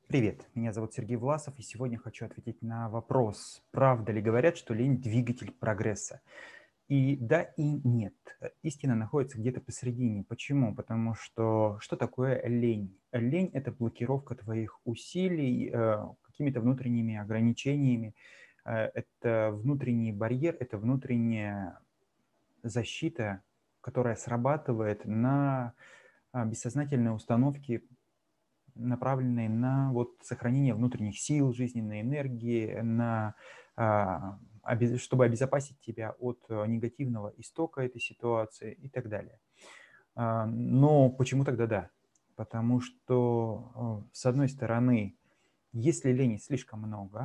Привет, меня зовут Сергей Власов, и сегодня хочу ответить на вопрос, правда ли говорят, что лень – двигатель прогресса? И да, и нет. Истина находится где-то посередине. Почему? Потому что такое лень? Лень – это блокировка твоих усилий какими-то внутренними ограничениями. Это внутренний барьер, это внутренняя защита, которая срабатывает на бессознательные установки, направленные на вот сохранение внутренних сил, жизненной энергии, чтобы обезопасить тебя от негативного истока этой ситуации и так далее. Но почему тогда да? Потому что, с одной стороны, если лени слишком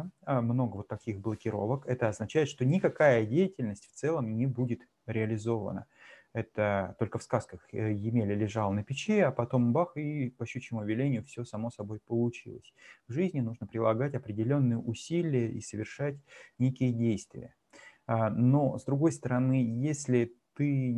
много вот таких блокировок, это означает, что никакая деятельность в целом не будет реализована. Это только в сказках Емеля лежал на печи, а потом бах, и по щучьему велению все само собой получилось. В жизни нужно прилагать определенные усилия и совершать некие действия. Но, с другой стороны, если ты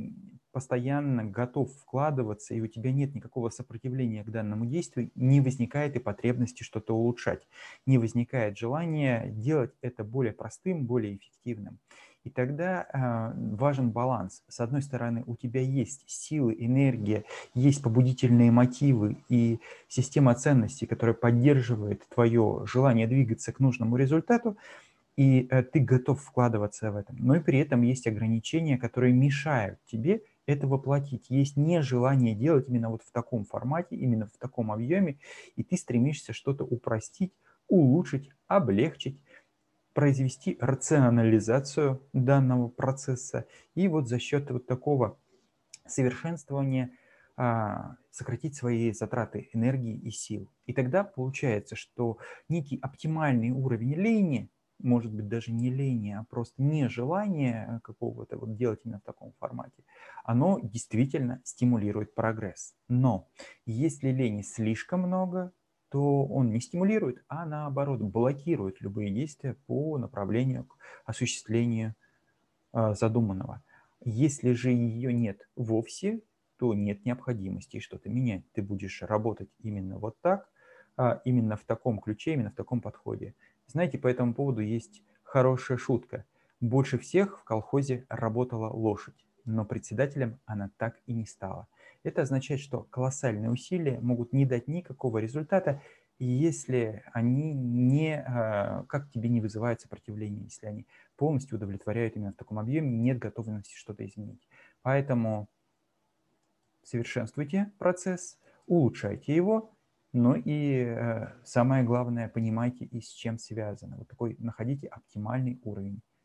постоянно готов вкладываться, и у тебя нет никакого сопротивления к данному действию, не возникает и потребности что-то улучшать, не возникает желания делать это более простым, более эффективным. И тогда важен баланс. С одной стороны, у тебя есть силы, энергия, есть побудительные мотивы и система ценностей, которая поддерживает твое желание двигаться к нужному результату, и ты готов вкладываться в это. Но и при этом есть ограничения, которые мешают тебе это воплотить. Есть нежелание делать именно вот в таком формате, именно в таком объеме, и ты стремишься что-то упростить, улучшить, облегчить, произвести рационализацию данного процесса. И вот за счет вот такого совершенствования сократить свои затраты энергии и сил. И тогда получается, что некий оптимальный уровень лени, может быть, даже не лени, а просто нежелание какого-то вот делать именно в таком формате, оно действительно стимулирует прогресс. Но если лени слишком много, то он не стимулирует, а наоборот блокирует любые действия по направлению к осуществлению задуманного. Если же ее нет вовсе, то нет необходимости что-то менять. Ты будешь работать именно вот так, именно в таком ключе, именно в таком подходе. Знаете, по этому поводу есть хорошая шутка. Больше всех в колхозе работала лошадь, но председателем она так и не стала. Это означает, что колоссальные усилия могут не дать никакого результата, если они как тебе не вызывают сопротивления, если они полностью удовлетворяют именно в таком объеме, нет готовности что-то изменить. Поэтому совершенствуйте процесс, улучшайте его, но и самое главное, понимайте, и с чем связано. Вот такой находите оптимальный уровень.